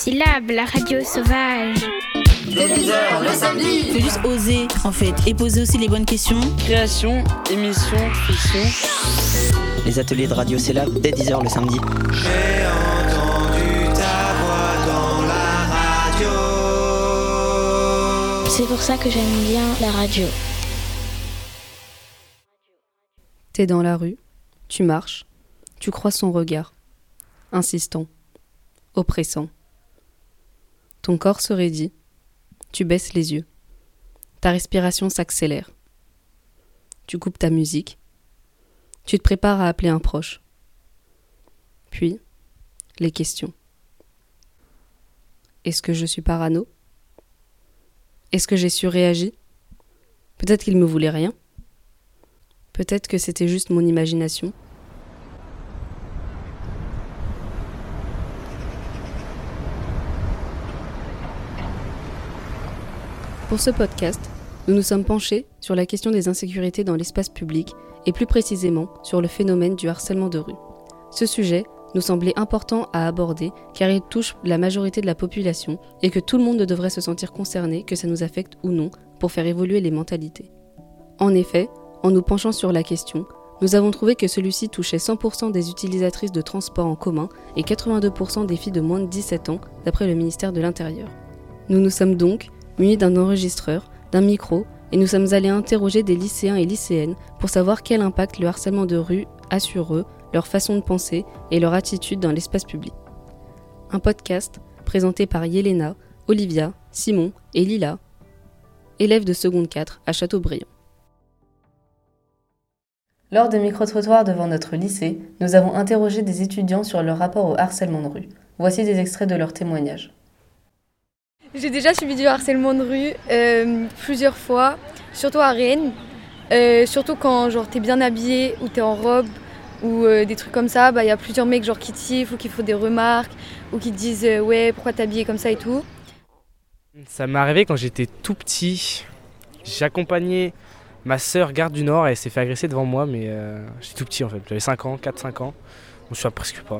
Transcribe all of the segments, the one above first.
Syllabe, la radio sauvage. Dès 10h le samedi. Faut juste oser en fait et poser aussi les bonnes questions. Création, émission, fiction. Les ateliers de radio Syllabe dès 10h le samedi. J'ai entendu ta voix dans la radio. C'est pour ça que j'aime bien la radio. T'es dans la rue, tu marches, tu croises son regard, insistant, oppressant. Ton corps se raidit, tu baisses les yeux. Ta respiration s'accélère. Tu coupes ta musique. Tu te prépares à appeler un proche. Puis, les questions. Est-ce que je suis parano ? Est-ce que j'ai surréagi ? Peut-être qu'il me voulait rien. Peut-être que c'était juste mon imagination. Pour ce podcast, nous nous sommes penchés sur la question des insécurités dans l'espace public et plus précisément sur le phénomène du harcèlement de rue. Ce sujet nous semblait important à aborder car il touche la majorité de la population et que tout le monde devrait se sentir concerné, que ça nous affecte ou non, pour faire évoluer les mentalités. En effet, en nous penchant sur la question, nous avons trouvé que celui-ci touchait 100% des utilisatrices de transports en commun et 82% des filles de moins de 17 ans, d'après le ministère de l'Intérieur. Nous nous sommes donc munis d'un enregistreur, d'un micro, et nous sommes allés interroger des lycéens et lycéennes pour savoir quel impact le harcèlement de rue a sur eux, leur façon de penser et leur attitude dans l'espace public. Un podcast présenté par Yelena, Olivia, Simon et Lila, élèves de seconde 4 à Châteaubriand. Lors des micro-trottoirs devant notre lycée, nous avons interrogé des étudiants sur leur rapport au harcèlement de rue. Voici des extraits de leurs témoignages. J'ai déjà subi du harcèlement de rue plusieurs fois, surtout à Rennes. Surtout quand genre, t'es bien habillé ou t'es en robe ou des trucs comme ça, y a plusieurs mecs genre, qui te sifflent ou qui font des remarques ou qui te disent ouais pourquoi t'es habillé comme ça et tout. Ça m'est arrivé quand j'étais tout petit. J'accompagnais ma sœur garde du Nord et elle s'est fait agresser devant moi, mais j'étais tout petit en fait, j'avais 4-5 ans, je me souviens presque pas.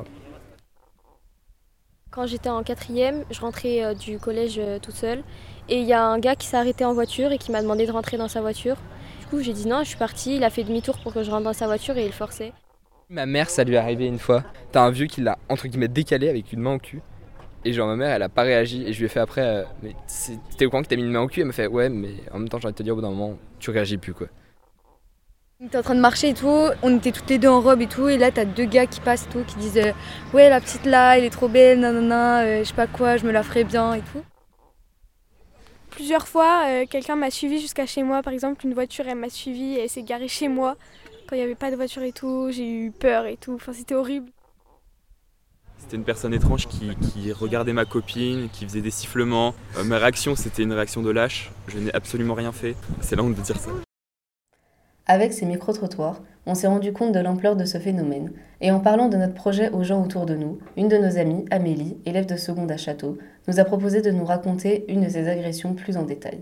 Quand j'étais en 4e, je rentrais du collège toute seule et il y a un gars qui s'est arrêté en voiture et qui m'a demandé de rentrer dans sa voiture. Du coup j'ai dit non, je suis partie, il a fait demi-tour pour que je rentre dans sa voiture et il forçait. Ma mère, ça lui est arrivé une fois. T'as un vieux qui l'a entre guillemets décalé avec une main au cul. Et genre ma mère elle a pas réagi et je lui ai fait après mais t'es au courant que t'as mis une main au cul? Elle m'a fait ouais mais en même temps j'ai envie de te dire au bout d'un moment tu réagis plus quoi. On était en train de marcher et tout, on était toutes les deux en robe et tout et là t'as deux gars qui passent et tout qui disent ouais la petite là elle est trop belle nanana je sais pas quoi je me la ferais bien et tout. Plusieurs fois quelqu'un m'a suivi jusqu'à chez moi, par exemple une voiture elle m'a suivi et elle s'est garée chez moi quand il n'y avait pas de voiture et tout, j'ai eu peur et tout, enfin c'était horrible. C'était une personne étrange qui regardait ma copine, qui faisait des sifflements. Ma réaction, c'était une réaction de lâche. Je n'ai absolument rien fait. C'est la honte de dire ça. Avec ces micro-trottoirs, on s'est rendu compte de l'ampleur de ce phénomène. Et en parlant de notre projet aux gens autour de nous, une de nos amies, Amélie, élève de seconde à Château, nous a proposé de nous raconter une de ces agressions plus en détail.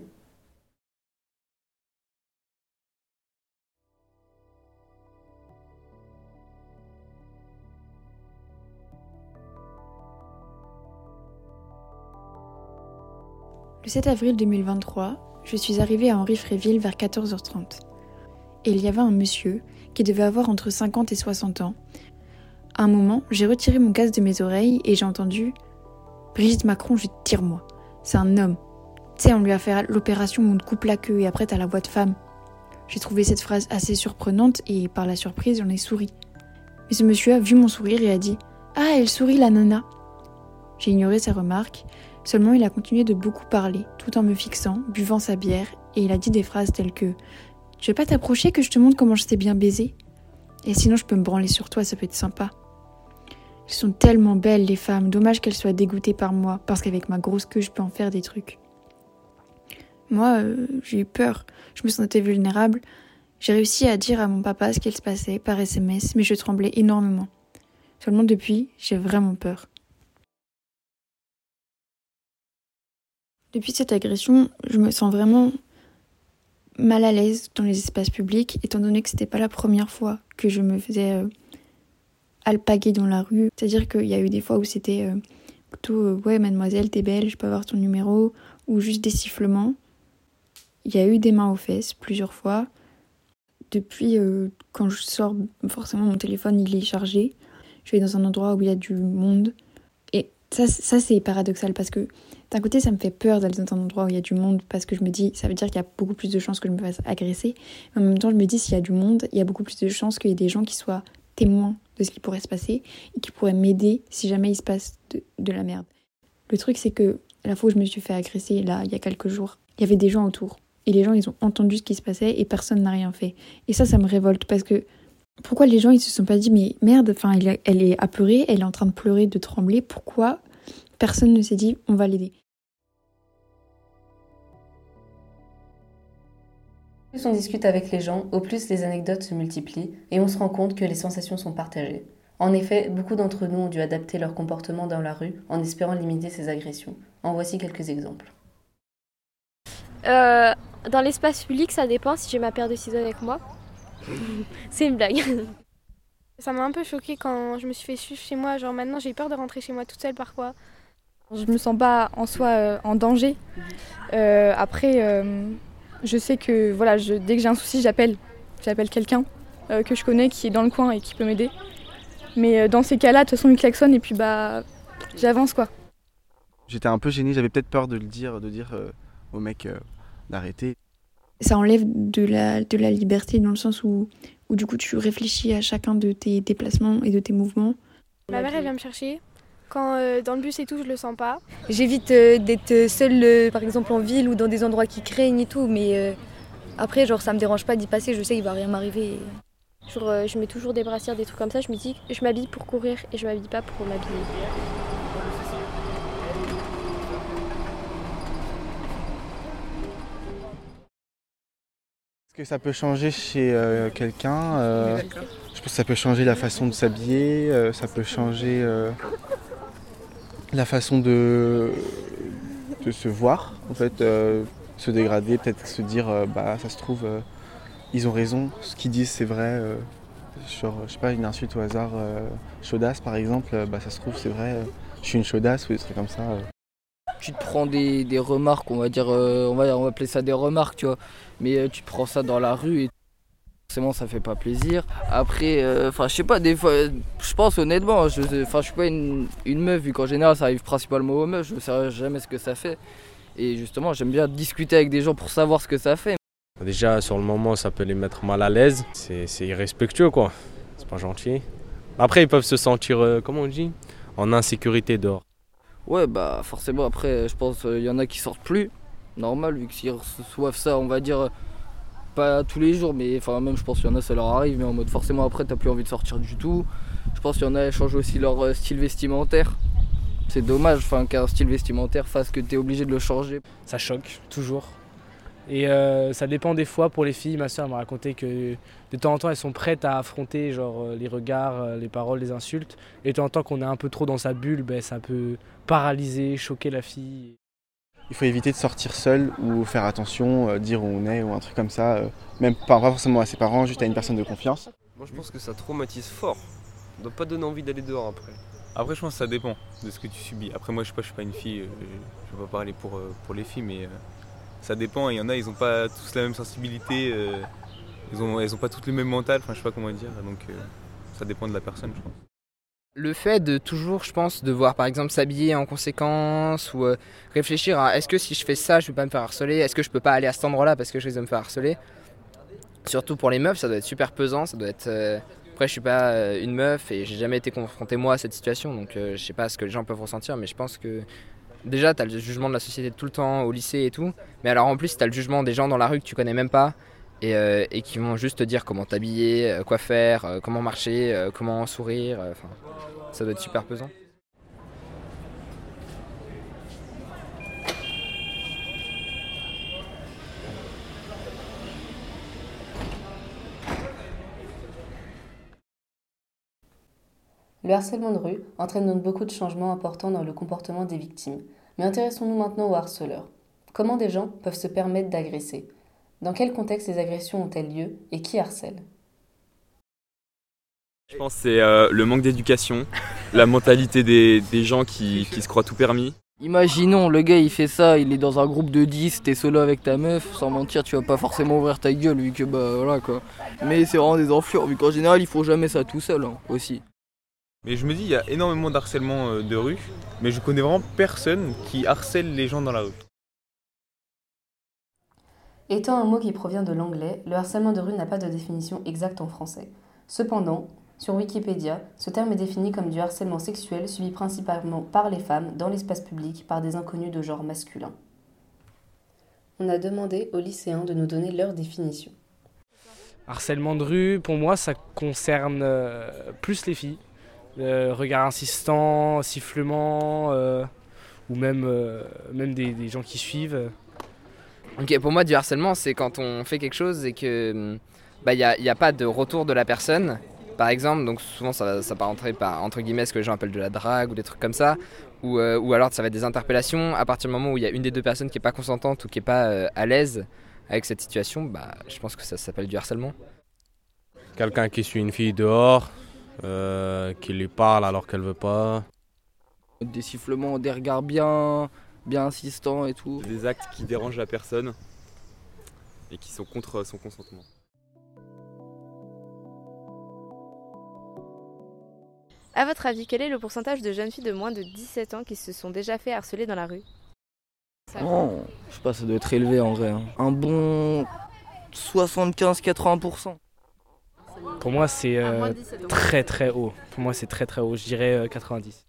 Le 7 avril 2023, je suis arrivée à Henri-Fréville vers 14h30. Et il y avait un monsieur qui devait avoir entre 50 et 60 ans. À un moment, j'ai retiré mon casque de mes oreilles et j'ai entendu « Brigitte Macron, je tire-moi. C'est un homme. Tu sais, on lui a fait l'opération où on te coupe la queue et après t'as la voix de femme. » J'ai trouvé cette phrase assez surprenante et par la surprise, j'en ai souri. Mais ce monsieur a vu mon sourire et a dit « Ah, elle sourit la nana !» J'ai ignoré sa remarque. Seulement, il a continué de beaucoup parler, tout en me fixant, buvant sa bière, et il a dit des phrases telles que « Je vais pas t'approcher que je te montre comment je t'ai bien baisé. Et sinon, je peux me branler sur toi, ça peut être sympa. » Elles sont tellement belles, les femmes, dommage qu'elles soient dégoûtées par moi, parce qu'avec ma grosse queue, je peux en faire des trucs. Moi, j'ai eu peur, je me sentais vulnérable. J'ai réussi à dire à mon papa ce qu'il se passait par SMS, mais je tremblais énormément. Seulement depuis, j'ai vraiment peur. Depuis cette agression, je me sens vraiment mal à l'aise dans les espaces publics, étant donné que c'était pas la première fois que je me faisais alpaguer dans la rue. C'est-à-dire qu'il y a eu des fois où c'était plutôt ouais mademoiselle t'es belle, je peux avoir ton numéro, ou juste des sifflements. Il y a eu des mains aux fesses plusieurs fois. Depuis quand je sors, forcément mon téléphone il est chargé. Je vais dans un endroit où il y a du monde. Et ça c'est paradoxal parce que d'un côté ça me fait peur d'aller dans un endroit où il y a du monde parce que je me dis ça veut dire qu'il y a beaucoup plus de chances que je me fasse agresser. Mais en même temps je me dis s'il y a du monde, il y a beaucoup plus de chances qu'il y ait des gens qui soient témoins de ce qui pourrait se passer et qui pourraient m'aider si jamais il se passe de la merde. Le truc c'est que la fois où je me suis fait agresser là il y a quelques jours, il y avait des gens autour. Et les gens ils ont entendu ce qui se passait et personne n'a rien fait. Et ça me révolte parce que pourquoi les gens ils se sont pas dit mais merde, enfin elle est apeurée, elle est en train de pleurer, de trembler, pourquoi personne ne s'est dit on va l'aider. Plus on discute avec les gens, au plus les anecdotes se multiplient et on se rend compte que les sensations sont partagées. En effet, beaucoup d'entre nous ont dû adapter leur comportement dans la rue en espérant limiter ces agressions. En voici quelques exemples. Dans l'espace public, ça dépend si j'ai ma paire de ciseaux avec moi. C'est une blague. Ça m'a un peu choquée quand je me suis fait suivre chez moi. Genre maintenant j'ai peur de rentrer chez moi toute seule parfois. Je me sens pas en soi en danger. Après, je sais que voilà, dès que j'ai un souci, j'appelle quelqu'un que je connais qui est dans le coin et qui peut m'aider. Mais dans ces cas-là, de toute façon, il klaxonne et puis j'avance quoi. J'étais un peu gêné, j'avais peut-être peur de dire au mec d'arrêter. Ça enlève de la liberté dans le sens où du coup tu réfléchis à chacun de tes déplacements et de tes mouvements. Ma mère elle vient me chercher. Quand dans le bus et tout, je le sens pas. J'évite d'être seule, par exemple en ville ou dans des endroits qui craignent et tout, mais après, genre, ça me dérange pas d'y passer, je sais qu'il va rien m'arriver. Genre, je mets toujours des brassières, des trucs comme ça, je me dis je m'habille pour courir et je m'habille pas pour m'habiller. Est-ce que ça peut changer chez quelqu'un Je pense que ça peut changer la façon de s'habiller, ça peut changer la façon de se voir, en fait, se dégrader, peut-être se dire ça se trouve ils ont raison, ce qu'ils disent c'est vrai. Genre, je sais pas, une insulte au hasard, chaudasse par exemple, ça se trouve c'est vrai, je suis une chaudasse ou des trucs comme ça. Tu te prends des remarques, on va dire, on va appeler ça des remarques, tu vois. Mais tu te prends ça dans la rue et forcément ça fait pas plaisir. Après, je sais pas, des fois, je pense honnêtement, je suis pas une meuf, vu qu'en général ça arrive principalement aux meufs, je sais jamais ce que ça fait. Et justement, j'aime bien discuter avec des gens pour savoir ce que ça fait. Déjà, sur le moment, ça peut les mettre mal à l'aise. C'est irrespectueux, quoi. C'est pas gentil. Après, ils peuvent se sentir, comment on dit, en insécurité dehors. Ouais, forcément, après, je pense qu'il y en a qui sortent plus. Normal, vu qu'ils reçoivent ça, on va dire, pas tous les jours, mais même je pense qu'il y en a, ça leur arrive, mais en mode forcément après, t'as plus envie de sortir du tout. Je pense qu'il y en a, qui changent aussi leur style vestimentaire. C'est dommage qu'un style vestimentaire fasse que t'es obligé de le changer. Ça choque, toujours. Et ça dépend des fois pour les filles. Ma soeur m'a raconté que de temps en temps elles sont prêtes à affronter les regards, les paroles, les insultes. Et de temps en temps qu'on est un peu trop dans sa bulle, ça peut paralyser, choquer la fille. Il faut éviter de sortir seul ou faire attention, dire où on est ou un truc comme ça. Même pas forcément à ses parents, juste à une personne de confiance. Moi je pense que ça traumatise fort. Ça doit pas donner envie d'aller dehors après. Après, je pense que ça dépend de ce que tu subis. Après, moi, je suis pas une fille, je vais pas parler pour les filles, mais ça dépend. Il y en a, ils ont pas tous la même sensibilité, elles ont pas toutes le même mental, je sais pas comment dire, donc ça dépend de la personne, je pense. Le fait de toujours, je pense, devoir par exemple s'habiller en conséquence ou réfléchir à est-ce que si je fais ça, je vais pas me faire harceler, est-ce que je peux pas aller à cet endroit-là parce que je risque de me faire harceler. Surtout pour les meufs, ça doit être super pesant, ça doit être... Après, je suis pas une meuf et j'ai jamais été confronté moi à cette situation, donc je sais pas ce que les gens peuvent ressentir, mais je pense que déjà t'as le jugement de la société tout le temps au lycée et tout, mais alors en plus t'as le jugement des gens dans la rue que tu connais même pas et qui vont juste te dire comment t'habiller, quoi faire, comment marcher, comment sourire, ça doit être super pesant. Le harcèlement de rue entraîne donc beaucoup de changements importants dans le comportement des victimes. Mais intéressons-nous maintenant aux harceleurs. Comment des gens peuvent se permettre d'agresser ? Dans quel contexte les agressions ont-elles lieu et qui harcèle ? Je pense que c'est le manque d'éducation. la mentalité des gens qui se croient tout permis. Imaginons, le gars il fait ça, il est dans un groupe de 10, t'es solo avec ta meuf, sans mentir, tu vas pas forcément ouvrir ta gueule vu que voilà quoi. Mais c'est vraiment des enflures, vu qu'en général ils font jamais ça tout seul aussi. Mais je me dis, il y a énormément d'harcèlement de rue, mais je connais vraiment personne qui harcèle les gens dans la rue. Étant un mot qui provient de l'anglais, le harcèlement de rue n'a pas de définition exacte en français. Cependant, sur Wikipédia, ce terme est défini comme du harcèlement sexuel subi principalement par les femmes dans l'espace public par des inconnus de genre masculin. On a demandé aux lycéens de nous donner leur définition. Harcèlement de rue, pour moi, ça concerne plus les filles. Regard insistant, sifflement, ou même des gens qui suivent. Ok, pour moi, du harcèlement, c'est quand on fait quelque chose et que y a pas de retour de la personne. Par exemple, donc souvent ça va rentrer par entre guillemets ce que les gens appellent de la drague ou des trucs comme ça, ou alors ça va être des interpellations. À partir du moment où il y a une des deux personnes qui est pas consentante ou qui est pas à l'aise avec cette situation, je pense que ça s'appelle du harcèlement. Quelqu'un qui suit une fille dehors, qui lui parle alors qu'elle veut pas. Des sifflements, des regards bien insistants et tout. Des actes qui dérangent la personne et qui sont contre son consentement. À votre avis, quel est le pourcentage de jeunes filles de moins de 17 ans qui se sont déjà fait harceler dans la rue ? Oh, je sais pas, ça doit être élevé en vrai. Un bon 75-80%. Pour moi, c'est très très haut. Pour moi, c'est très très haut. Je dirais 90.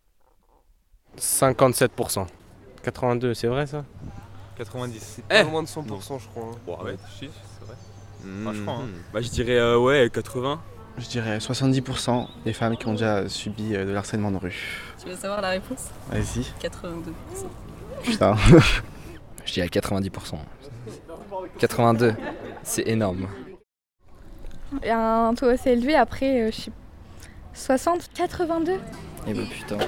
57%. 82, c'est vrai ça ? 90. C'est pas loin de 100%, je crois. Hein. Bon, ouais, c'est vrai. Je crois. Je dirais 80. Je dirais 70% des femmes qui ont déjà subi de l'harcèlement de rue. Tu veux savoir la réponse ? Vas-y. 82%. Putain. Je dirais 90%. 82, c'est énorme. Il y a un taux assez élevé, après, je sais 60, 82. Eh ben putain.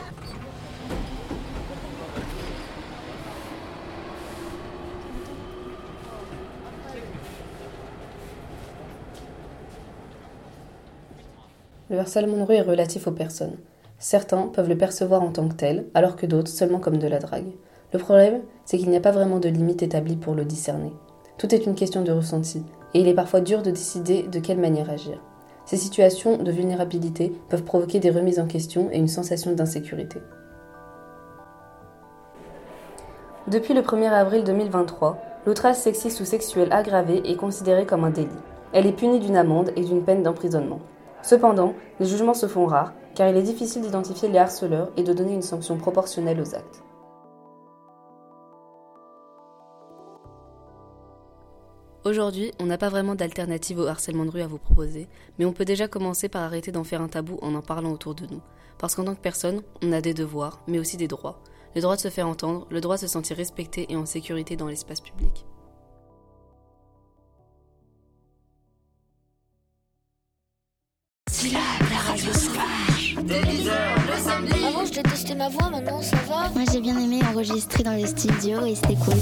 Le harcèlement de rue est relatif aux personnes. Certains peuvent le percevoir en tant que tel, alors que d'autres seulement comme de la drague. Le problème, c'est qu'il n'y a pas vraiment de limite établie pour le discerner. Tout est une question de ressenti, et il est parfois dur de décider de quelle manière agir. Ces situations de vulnérabilité peuvent provoquer des remises en question et une sensation d'insécurité. Depuis le 1er avril 2023, l'outrage sexiste ou sexuel aggravé est considéré comme un délit. Elle est punie d'une amende et d'une peine d'emprisonnement. Cependant, les jugements se font rares, car il est difficile d'identifier les harceleurs et de donner une sanction proportionnelle aux actes. Aujourd'hui, on n'a pas vraiment d'alternative au harcèlement de rue à vous proposer, mais on peut déjà commencer par arrêter d'en faire un tabou en parlant autour de nous. Parce qu'en tant que personne, on a des devoirs, mais aussi des droits. Le droit de se faire entendre, le droit de se sentir respecté et en sécurité dans l'espace public. C'est la radio sauvage. Dès 10h le samedi. Avant, je détestais ma voix, maintenant ça va. Moi, j'ai bien aimé enregistrer dans les studios et c'était cool.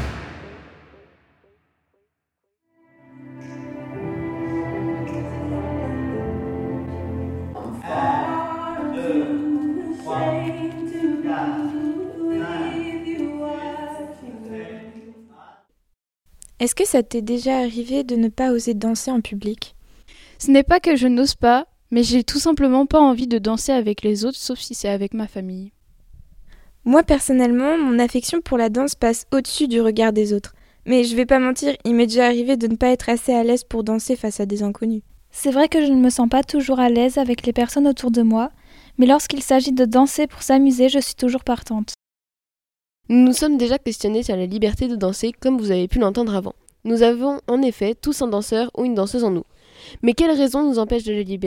Est-ce que ça t'est déjà arrivé de ne pas oser danser en public ? Ce n'est pas que je n'ose pas, mais j'ai tout simplement pas envie de danser avec les autres, sauf si c'est avec ma famille. Moi, personnellement, mon affection pour la danse passe au-dessus du regard des autres. Mais je vais pas mentir, il m'est déjà arrivé de ne pas être assez à l'aise pour danser face à des inconnus. C'est vrai que je ne me sens pas toujours à l'aise avec les personnes autour de moi, mais lorsqu'il s'agit de danser pour s'amuser, je suis toujours partante. Nous nous sommes déjà questionnés sur la liberté de danser comme vous avez pu l'entendre avant. Nous avons en effet tous un danseur ou une danseuse en nous. Mais quelle raison nous empêche de le libérer ?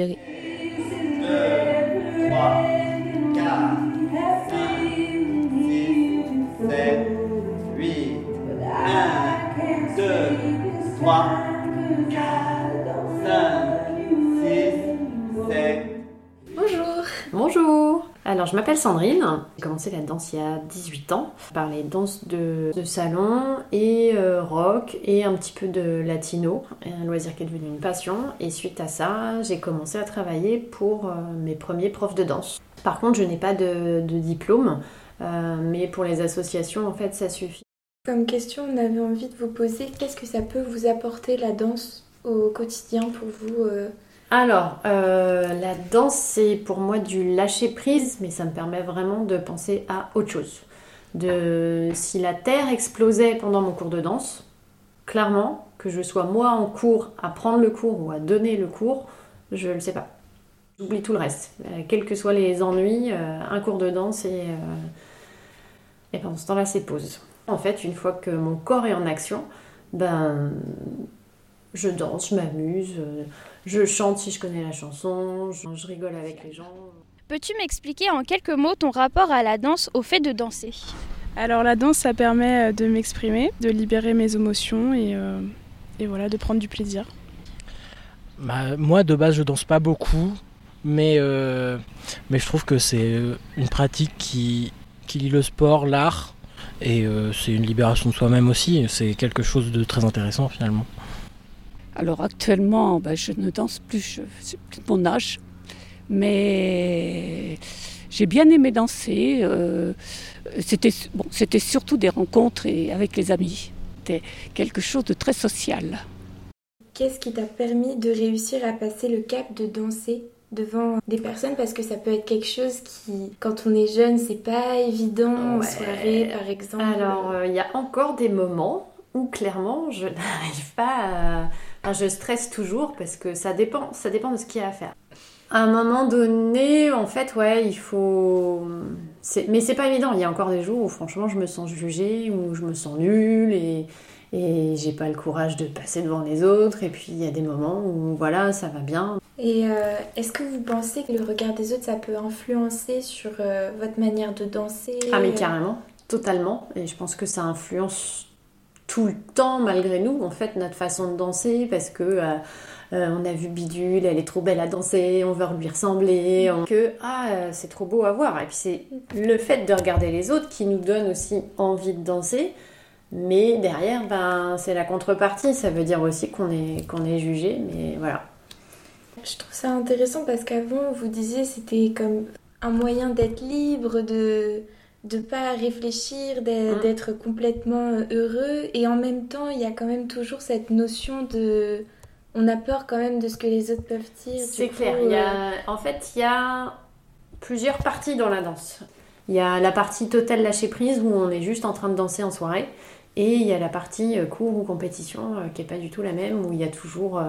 2, 3, 4, 5, 6, 7, 8, 1, 2, 3, 4, 5, 6, 7. Bonjour. Bonjour. Alors, je m'appelle Sandrine. J'ai commencé la danse il y a 18 ans. Je parlais danse de salon et rock et un petit peu de latino. Un loisir qui est devenu une passion. Et suite à ça, j'ai commencé à travailler pour mes premiers profs de danse. Par contre, je n'ai pas de diplôme, mais pour les associations, en fait, ça suffit. Comme question, on avait envie de vous poser, qu'est-ce que ça peut vous apporter la danse au quotidien pour vous Alors, la danse, c'est pour moi du lâcher-prise, mais ça me permet vraiment de penser à autre chose. Si la terre explosait pendant mon cours de danse, clairement, que je sois moi en cours à prendre le cours ou à donner le cours, je ne le sais pas. J'oublie tout le reste. Quels que soient les ennuis, un cours de danse et pendant ce temps-là, c'est pause. En fait, une fois que mon corps est en action, je danse, je m'amuse, je chante si je connais la chanson, je rigole avec les gens. Peux-tu m'expliquer en quelques mots ton rapport à la danse, au fait de danser ? Alors la danse, ça permet de m'exprimer, de libérer mes émotions et voilà, de prendre du plaisir. Moi, de base, je danse pas beaucoup, mais je trouve que c'est une pratique qui lie le sport, l'art, et c'est une libération de soi-même aussi. C'est quelque chose de très intéressant finalement. Alors actuellement, je ne danse plus, c'est plus de mon âge, mais j'ai bien aimé danser. C'était surtout des rencontres avec les amis. C'était quelque chose de très social. Qu'est-ce qui t'a permis de réussir à passer le cap de danser devant des personnes, parce que ça peut être quelque chose qui, quand on est jeune, c'est pas évident, en soirée par exemple. Alors, il y a encore des moments où clairement je n'arrive pas à... je stresse toujours parce que ça dépend de ce qu'il y a à faire. À un moment donné, en fait, il faut... Mais c'est pas évident, il y a encore des jours où franchement je me sens jugée, où je me sens nulle et j'ai pas le courage de passer devant les autres, et puis il y a des moments où voilà, ça va bien. Et est-ce que vous pensez que le regard des autres, ça peut influencer sur votre manière de danser ? Ah mais carrément, totalement, et je pense que ça influence tout le temps malgré nous, en fait, notre façon de danser, parce que on a vu Bidule, elle est trop belle à danser, on veut lui ressembler, c'est trop beau à voir. Et puis c'est le fait de regarder les autres qui nous donne aussi envie de danser, mais derrière, c'est la contrepartie, ça veut dire aussi qu'on est jugé, mais voilà. Je trouve ça intéressant parce qu'avant, vous disiez c'était comme un moyen d'être libre, de pas réfléchir, d'être complètement heureux, et en même temps, il y a quand même toujours cette notion de... On a peur quand même de ce que les autres peuvent dire. C'est clair. En fait, il y a plusieurs parties dans la danse. Il y a la partie totale lâcher prise où on est juste en train de danser en soirée. Et il y a la partie cours ou compétition qui n'est pas du tout la même, où il y a toujours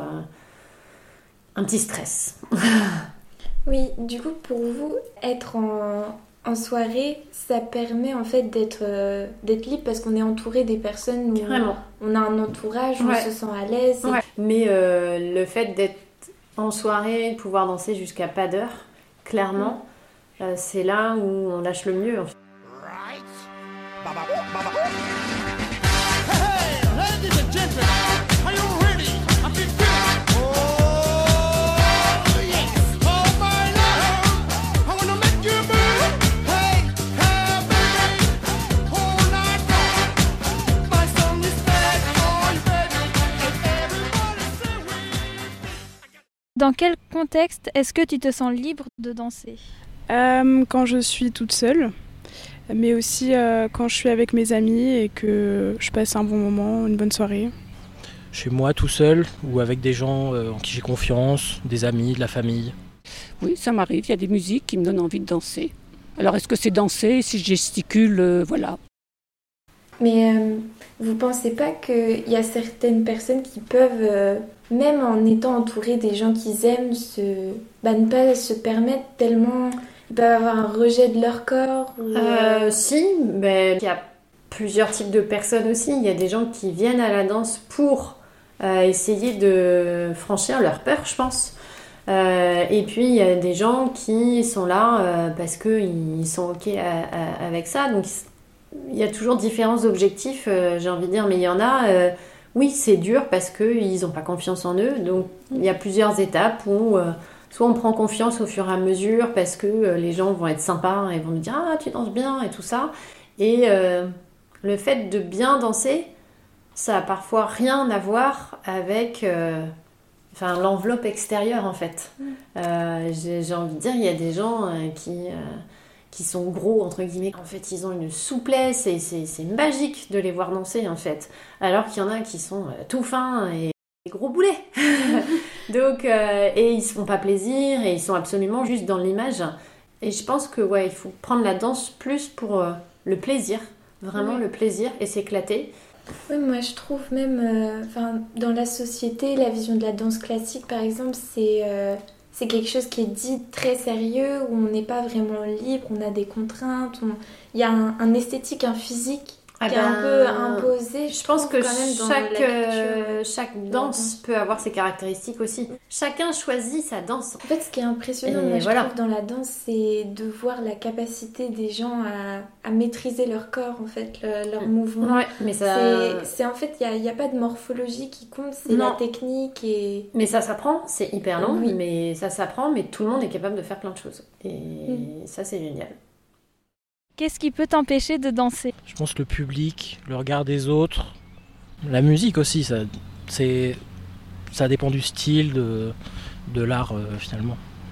un petit stress. Oui, du coup, pour vous, être en soirée, ça permet en fait d'être libre parce qu'on est entouré des personnes où on a un entourage, où on se sent à l'aise. Ouais. Mais le fait d'être en soirée, de pouvoir danser jusqu'à pas d'heure, clairement, c'est là où on lâche le mieux. En fait. Dans quel contexte est-ce que tu te sens libre de danser ? Quand je suis toute seule, mais aussi quand je suis avec mes amis et que je passe un bon moment, une bonne soirée. Chez moi, tout seul, ou avec des gens en qui j'ai confiance, des amis, de la famille. Oui, ça m'arrive, il y a des musiques qui me donnent envie de danser. Alors est-ce que c'est danser, si je gesticule, voilà. Mais vous pensez pas qu'il y a certaines personnes qui peuvent, même en étant entourées des gens qu'ils aiment, ne pas se permettre tellement... Ils peuvent avoir un rejet de leur corps Si, mais il y a plusieurs types de personnes aussi. Il y a des gens qui viennent à la danse pour essayer de franchir leur peur, je pense. Et puis il y a des gens qui sont là parce qu'ils sont OK avec ça. Donc il y a toujours différents objectifs, j'ai envie de dire. Mais il y en a, oui, c'est dur parce qu'ils n'ont pas confiance en eux. Donc il y a plusieurs étapes où... soit on prend confiance au fur et à mesure parce que les gens vont être sympas et vont nous dire « Ah, tu danses bien » et tout ça. Et le fait de bien danser, ça a parfois rien à voir avec enfin, l'enveloppe extérieure en fait. J'ai envie de dire, il y a des gens qui sont gros entre guillemets. En fait, ils ont une souplesse et c'est magique de les voir danser en fait. Alors qu'il y en a qui sont tout fins et des gros boulets. Donc, et ils se font pas plaisir et ils sont absolument juste dans l'image. Et je pense que il faut prendre la danse plus pour le plaisir, vraiment le plaisir et s'éclater. Oui, moi je trouve même, dans la société, la vision de la danse classique par exemple, c'est quelque chose qui est dit très sérieux, où on n'est pas vraiment libre, on a des contraintes, il y a un esthétique, un physique qui est un peu imposé. Je pense que chaque danse peut avoir ses caractéristiques aussi. Chacun choisit sa danse. En fait, ce qui est impressionnant, je trouve, dans la danse, c'est de voir la capacité des gens à maîtriser leur corps, en fait, leur mouvement. Ouais, mais ça... c'est en fait, il n'y a pas de morphologie qui compte, c'est la technique. Mais ça s'apprend, c'est hyper long, mais ça s'apprend, mais tout le monde est capable de faire plein de choses. Et ça, c'est génial. Qu'est-ce qui peut t'empêcher de danser ? Je pense le public, le regard des autres, la musique aussi, ça dépend du style, de l'art finalement.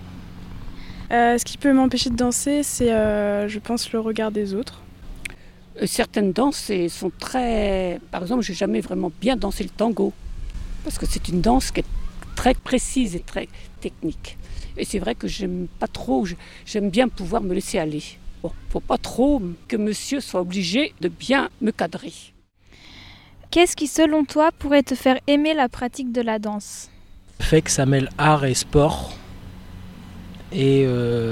Ce qui peut m'empêcher de danser, c'est je pense le regard des autres. Certaines danses sont très... Par exemple, j'ai jamais vraiment bien dansé le tango, parce que c'est une danse qui est très précise et très technique. Et c'est vrai que j'aime pas trop, j'aime bien pouvoir me laisser aller. Bon, faut pas trop que monsieur soit obligé de bien me cadrer. Qu'est-ce qui, selon toi, pourrait te faire aimer la pratique de la danse ? Le fait que ça mêle art et sport et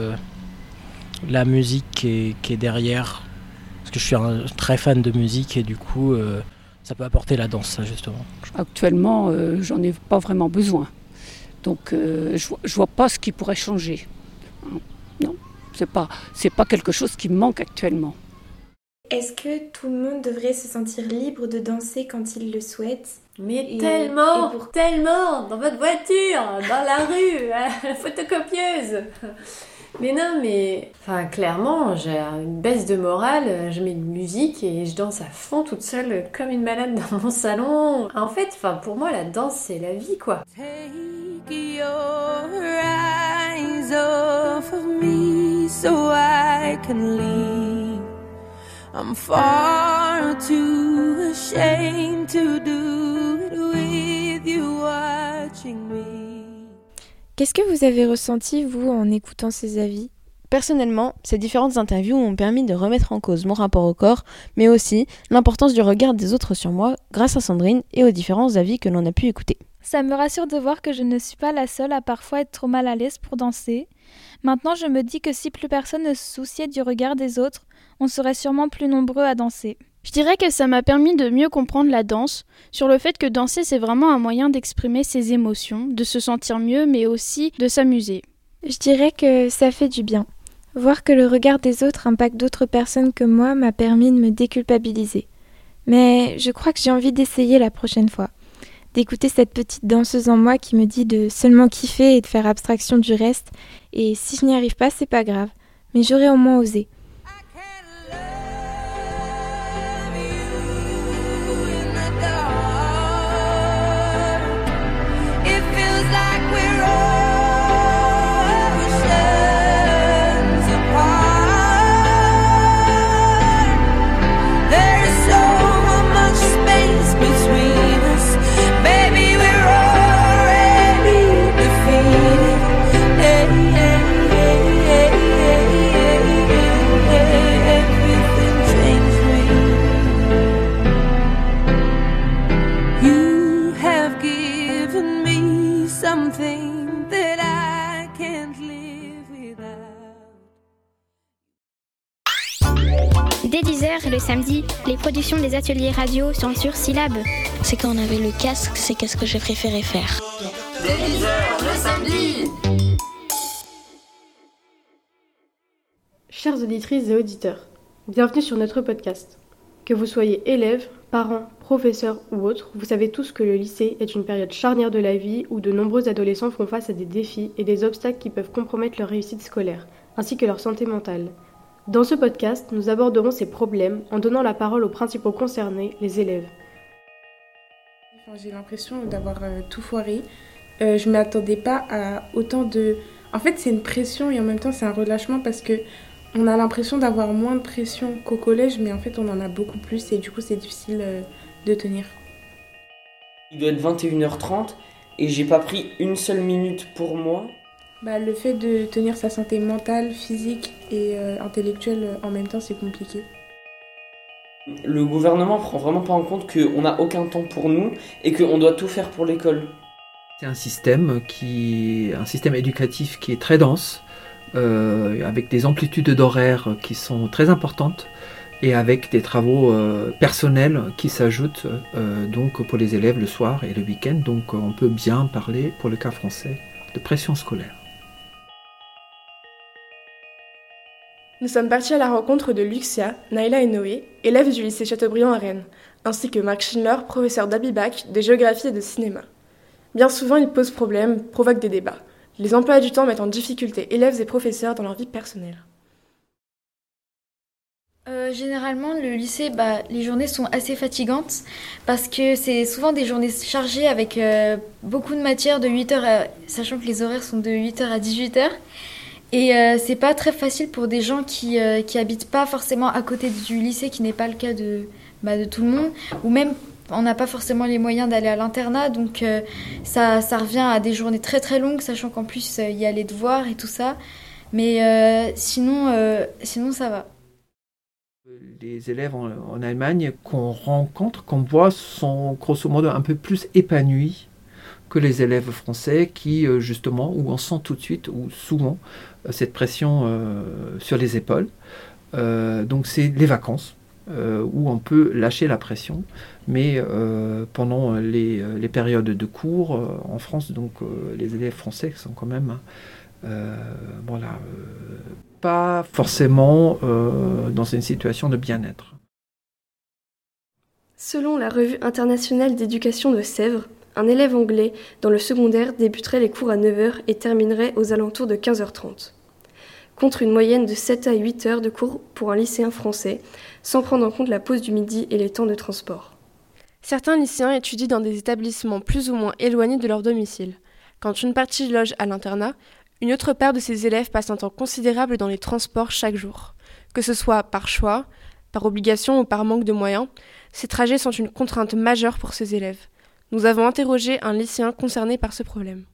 la musique qui est derrière. Parce que je suis très fan de musique et du coup, ça peut apporter la danse, ça justement. Actuellement, j'en ai pas vraiment besoin. Donc, je vois pas ce qui pourrait changer. Non. C'est pas quelque chose qui me manque actuellement. Est-ce que tout le monde devrait se sentir libre de danser quand il le souhaite ? Mais tellement dans votre voiture, dans la rue, à la photocopieuse. Mais non, enfin, clairement, j'ai une baisse de morale, je mets une musique et je danse à fond toute seule comme une malade dans mon salon. En fait, pour moi, la danse, c'est la vie, quoi. Take your eyes off of me so I can leave. I'm far too ashamed to do it with you watching me. Qu'est-ce que vous avez ressenti, vous, en écoutant ces avis ? Personnellement, ces différentes interviews m'ont permis de remettre en cause mon rapport au corps, mais aussi l'importance du regard des autres sur moi grâce à Sandrine et aux différents avis que l'on a pu écouter. Ça me rassure de voir que je ne suis pas la seule à parfois être trop mal à l'aise pour danser. Maintenant, je me dis que si plus personne ne se souciait du regard des autres, on serait sûrement plus nombreux à danser. Je dirais que ça m'a permis de mieux comprendre la danse, sur le fait que danser c'est vraiment un moyen d'exprimer ses émotions, de se sentir mieux, mais aussi de s'amuser. Je dirais que ça fait du bien. Voir que le regard des autres impacte d'autres personnes que moi m'a permis de me déculpabiliser. Mais je crois que j'ai envie d'essayer la prochaine fois. D'écouter cette petite danseuse en moi qui me dit de seulement kiffer et de faire abstraction du reste. Et si je n'y arrive pas, c'est pas grave. Mais j'aurais au moins osé. Dès 10h le samedi, les productions des ateliers radio sont sur Syllab. C'est quand on avait le casque, c'est qu'est-ce que j'ai préféré faire. Dès 10h le samedi. Chères auditrices et auditeurs, bienvenue sur notre podcast. Que vous soyez élèves, parents, professeurs ou autres, vous savez tous que le lycée est une période charnière de la vie où de nombreux adolescents font face à des défis et des obstacles qui peuvent compromettre leur réussite scolaire, ainsi que leur santé mentale. Dans ce podcast, nous aborderons ces problèmes en donnant la parole aux principaux concernés, les élèves. J'ai l'impression d'avoir tout foiré. Je m'attendais pas à autant de... En fait, c'est une pression et en même temps, c'est un relâchement parce que on a l'impression d'avoir moins de pression qu'au collège, mais en fait, on en a beaucoup plus et du coup, c'est difficile de tenir. Il doit être 21h30 et j'ai pas pris une seule minute pour moi. Le fait de tenir sa santé mentale, physique et intellectuelle en même temps, c'est compliqué. Le gouvernement prend vraiment pas en compte qu'on n'a aucun temps pour nous et qu'on doit tout faire pour l'école. C'est un système éducatif qui est très dense, avec des amplitudes d'horaires qui sont très importantes et avec des travaux personnels qui s'ajoutent donc pour les élèves le soir et le week-end. Donc on peut bien parler, pour le cas français, de pression scolaire. Nous sommes partis à la rencontre de Luxia, Naïla et Noé, élèves du lycée Chateaubriand à Rennes, ainsi que Marc Schindler, professeur d'Abibac, de géographie et de cinéma. Bien souvent, ils posent problème, provoquent des débats. Les emplois du temps mettent en difficulté élèves et professeurs dans leur vie personnelle. Généralement, le lycée, les journées sont assez fatigantes parce que c'est souvent des journées chargées avec beaucoup de matières de 8h sachant que les horaires sont de 8h à 18h. Et c'est pas très facile pour des gens qui habitent pas forcément à côté du lycée, qui n'est pas le cas de tout le monde, ou même on n'a pas forcément les moyens d'aller à l'internat, donc ça revient à des journées très très longues, sachant qu'en plus il y a les devoirs et tout ça. Mais sinon ça va. Les élèves en Allemagne qu'on rencontre, qu'on voit, sont grosso modo un peu plus épanouis que les élèves français qui, justement, où on sent tout de suite, ou souvent, cette pression sur les épaules. Donc c'est les vacances, où on peut lâcher la pression, mais pendant les périodes de cours, en France, donc les élèves français sont quand même... pas forcément dans une situation de bien-être. Selon la Revue internationale d'éducation de Sèvres, un élève anglais dans le secondaire débuterait les cours à 9h et terminerait aux alentours de 15h30, contre une moyenne de 7 à 8 heures de cours pour un lycéen français, sans prendre en compte la pause du midi et les temps de transport. Certains lycéens étudient dans des établissements plus ou moins éloignés de leur domicile. Quand une partie loge à l'internat, une autre part de ces élèves passe un temps considérable dans les transports chaque jour. Que ce soit par choix, par obligation ou par manque de moyens, ces trajets sont une contrainte majeure pour ces élèves. Nous avons interrogé un lycéen concerné par ce problème.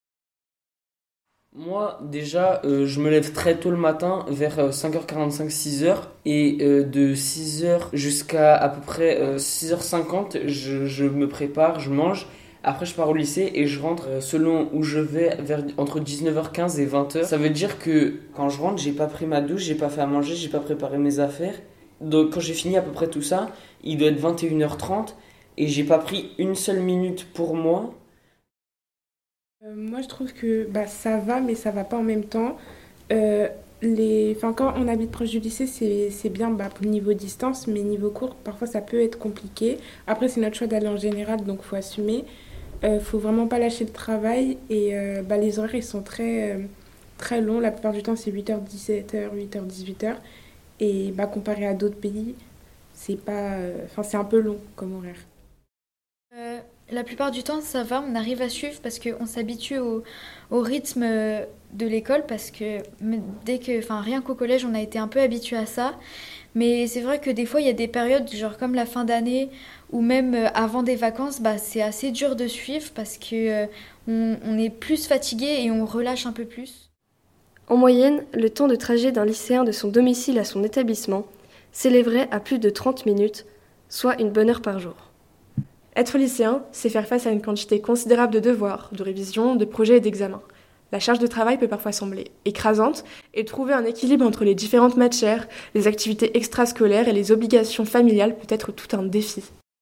Moi, déjà, je me lève très tôt le matin, vers 5h45, 6h. Et de 6h jusqu'à à peu près 6h50, je me prépare, je mange. Après, je pars au lycée et je rentre selon où je vais, entre 19h15 et 20h. Ça veut dire que quand je rentre, j'ai pas pris ma douche, j'ai pas fait à manger, j'ai pas préparé mes affaires. Donc quand j'ai fini à peu près tout ça, il doit être 21h30 et j'ai pas pris une seule minute pour moi. Moi, je trouve que ça va, mais ça va pas en même temps. Quand on habite proche du lycée, c'est bien pour niveau distance, mais niveau cours, parfois ça peut être compliqué. Après, c'est notre choix d'aller en général, donc faut assumer. Faut vraiment pas lâcher le travail et les horaires ils sont très très longs. La plupart du temps, c'est 8h, 17h, 8h, 18h. Et comparé à d'autres pays, c'est un peu long comme horaire. La plupart du temps, ça va, on arrive à suivre parce qu'on s'habitue au rythme de l'école parce que rien qu'au collège, on a été un peu habitué à ça. Mais c'est vrai que des fois, il y a des périodes, genre comme la fin d'année ou même avant des vacances, c'est assez dur de suivre parce que on est plus fatigué et on relâche un peu plus. En moyenne, le temps de trajet d'un lycéen de son domicile à son établissement s'élèverait à plus de 30 minutes, soit une bonne heure par jour. Être lycéen, c'est faire face à une quantité considérable de devoirs, de révisions, de projets et d'examens. La charge de travail peut parfois sembler écrasante et trouver un équilibre entre les différentes matières, les activités extrascolaires et les obligations familiales peut être tout un défi.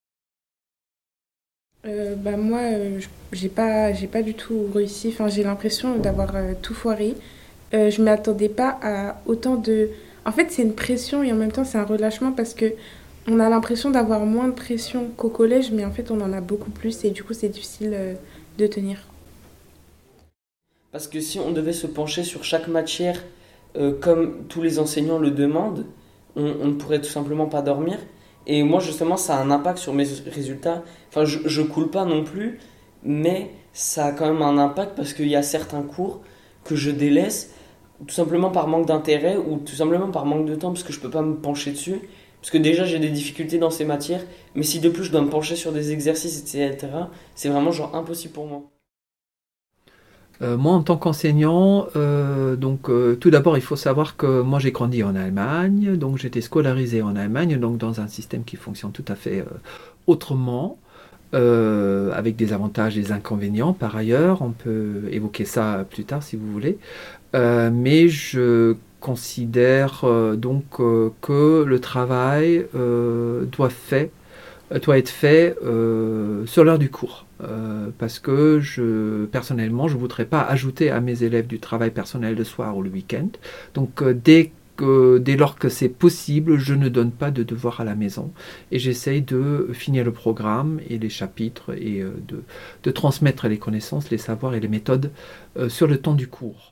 Moi, j'ai pas du tout réussi. J'ai l'impression d'avoir tout foiré. Je m'attendais pas à autant de... En fait, c'est une pression et en même temps, c'est un relâchement parce que on a l'impression d'avoir moins de pression qu'au collège, mais en fait, on en a beaucoup plus et du coup, c'est difficile de tenir. Parce que si on devait se pencher sur chaque matière comme tous les enseignants le demandent, on ne pourrait tout simplement pas dormir. Et moi, justement, ça a un impact sur mes résultats. Je coule pas non plus, mais ça a quand même un impact parce qu'il y a certains cours que je délaisse tout simplement par manque d'intérêt ou tout simplement par manque de temps parce que je peux pas me pencher dessus. Parce que déjà j'ai des difficultés dans ces matières, mais si de plus je dois me pencher sur des exercices, etc., c'est vraiment genre impossible pour moi. Moi, en tant qu'enseignant, tout d'abord, il faut savoir que moi, j'ai grandi en Allemagne, donc j'étais scolarisé en Allemagne, donc dans un système qui fonctionne tout à fait autrement, avec des avantages et des inconvénients. Par ailleurs, on peut évoquer ça plus tard si vous voulez, mais je considère que le travail doit être fait sur l'heure du cours. Parce que personnellement, je ne voudrais pas ajouter à mes élèves du travail personnel le soir ou le week-end. Donc dès lors que c'est possible, je ne donne pas de devoirs à la maison et j'essaye de finir le programme et les chapitres et de transmettre les connaissances, les savoirs et les méthodes sur le temps du cours.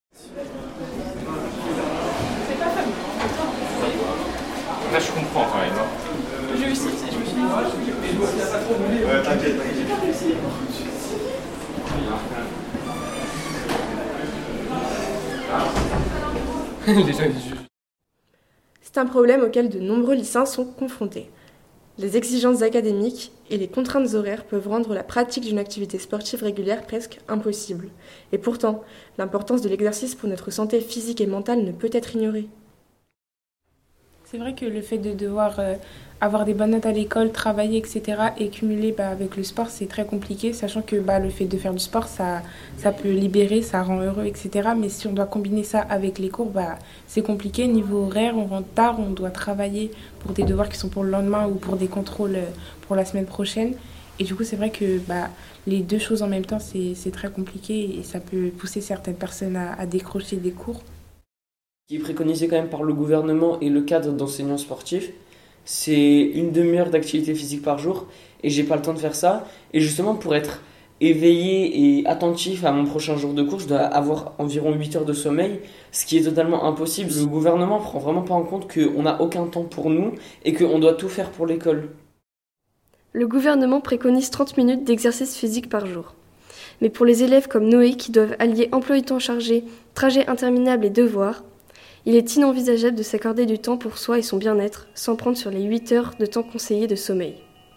Là, je comprends quand même. Hein. Je me suis dit. Ouais, t'inquiète. C'est un problème auquel de nombreux lycéens sont confrontés. Les exigences académiques et les contraintes horaires peuvent rendre la pratique d'une activité sportive régulière presque impossible. Et pourtant, l'importance de l'exercice pour notre santé physique et mentale ne peut être ignorée. C'est vrai que le fait de devoir avoir des bonnes notes à l'école, travailler, etc. et cumuler avec le sport, c'est très compliqué, sachant que le fait de faire du sport, ça peut libérer, ça rend heureux, etc. Mais si on doit combiner ça avec les cours, c'est compliqué. Niveau horaire, on rentre tard, on doit travailler pour des devoirs qui sont pour le lendemain ou pour des contrôles pour la semaine prochaine. Et du coup, c'est vrai que les deux choses en même temps, c'est très compliqué et ça peut pousser certaines personnes à décrocher des cours. Ce qui est préconisé quand même par le gouvernement et le cadre d'enseignants sportifs, c'est une demi-heure d'activité physique par jour et j'ai pas le temps de faire ça. Et justement, pour être éveillé et attentif à mon prochain jour de cours, je dois avoir environ 8 heures de sommeil, ce qui est totalement impossible. Le gouvernement prend vraiment pas en compte qu'on n'a aucun temps pour nous et qu'on doit tout faire pour l'école. Le gouvernement préconise 30 minutes d'exercice physique par jour. Mais pour les élèves comme Noé qui doivent allier emploi du temps chargé, trajets interminables et devoirs, il est inenvisageable de s'accorder du temps pour soi et son bien-être sans prendre sur les 8 heures de temps conseillé de sommeil.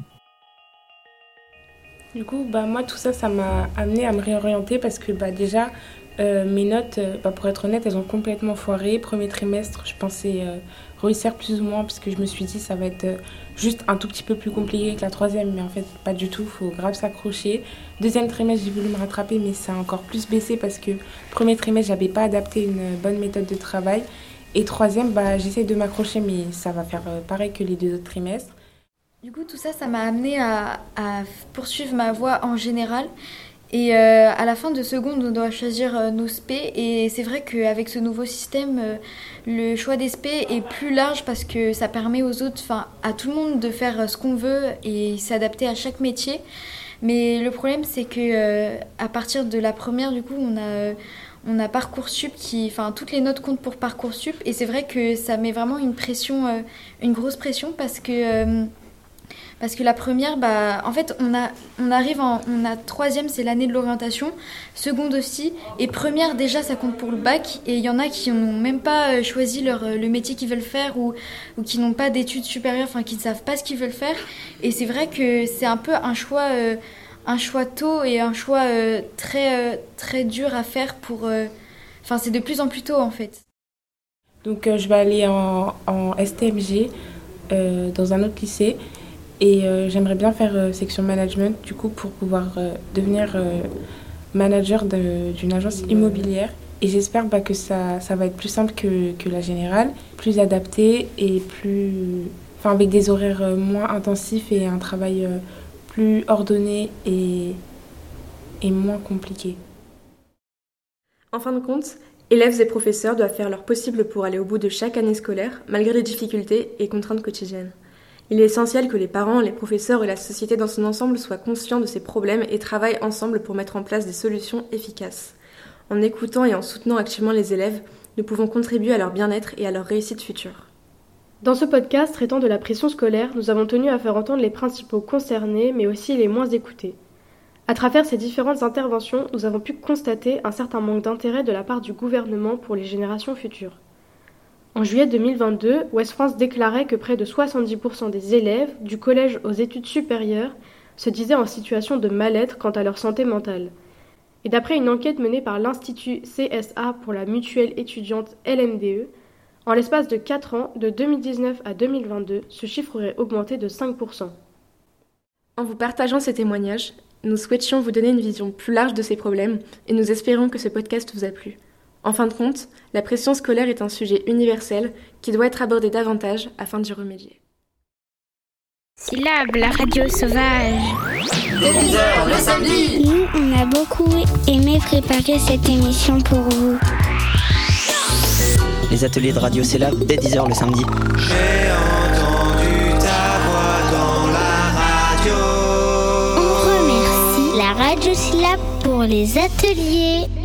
Du coup, moi, tout ça, ça m'a amené à me réorienter parce que déjà, mes notes, pour être honnête, elles ont complètement foiré. Premier trimestre, je pensais réussir plus ou moins parce que je me suis dit ça va être juste un tout petit peu plus compliqué que la troisième, mais en fait, pas du tout, il faut grave s'accrocher. Deuxième trimestre, j'ai voulu me rattraper, mais ça a encore plus baissé parce que premier trimestre, j'avais pas adapté une bonne méthode de travail. Et troisième, j'essaie de m'accrocher, mais ça va faire pareil que les 2 autres trimestres. Du coup, tout ça, ça m'a amené à poursuivre ma voie en général. Et à la fin de seconde, on doit choisir nos spé. Et c'est vrai qu'avec ce nouveau système, le choix des spé est plus large parce que ça permet aux autres, à tout le monde de faire ce qu'on veut et s'adapter à chaque métier. Mais le problème, c'est que à partir de la première, du coup, on a Parcoursup toutes les notes comptent pour Parcoursup. Et c'est vrai que ça met vraiment une pression, une grosse pression parce que la première, en fait, on a troisième, c'est l'année de l'orientation, seconde aussi, et première, déjà, ça compte pour le bac, et il y en a qui n'ont même pas choisi le métier qu'ils veulent faire, ou qui n'ont pas d'études supérieures, qui ne savent pas ce qu'ils veulent faire, et c'est vrai que c'est un peu un choix tôt, et un choix très, très dur à faire c'est de plus en plus tôt, en fait. Donc, je vais aller en STMG, dans un autre lycée, et j'aimerais bien faire section management, du coup, pour pouvoir devenir manager d'une agence immobilière. Et j'espère que ça va être plus simple que la générale, plus adapté et avec des horaires moins intensifs et un travail plus ordonné et moins compliqué. En fin de compte, élèves et professeurs doivent faire leur possible pour aller au bout de chaque année scolaire, malgré les difficultés et contraintes quotidiennes. Il est essentiel que les parents, les professeurs et la société dans son ensemble soient conscients de ces problèmes et travaillent ensemble pour mettre en place des solutions efficaces. En écoutant et en soutenant activement les élèves, nous pouvons contribuer à leur bien-être et à leur réussite future. Dans ce podcast traitant de la pression scolaire, nous avons tenu à faire entendre les principaux concernés, mais aussi les moins écoutés. À travers ces différentes interventions, nous avons pu constater un certain manque d'intérêt de la part du gouvernement pour les générations futures. En juillet 2022, Ouest France déclarait que près de 70% des élèves, du collège aux études supérieures, se disaient en situation de mal-être quant à leur santé mentale. Et d'après une enquête menée par l'Institut CSA pour la mutuelle étudiante LMDE, en l'espace de 4 ans, de 2019 à 2022, ce chiffre aurait augmenté de 5%. En vous partageant ces témoignages, nous souhaitions vous donner une vision plus large de ces problèmes et nous espérons que ce podcast vous a plu. En fin de compte, la pression scolaire est un sujet universel qui doit être abordé davantage afin d'y remédier. Syllabe, la radio sauvage. Dès 10h le samedi. Nous, on a beaucoup aimé préparer cette émission pour vous. Les ateliers de radio Syllabe dès 10h le samedi. J'ai entendu ta voix dans la radio. On remercie la radio Syllabe pour les ateliers.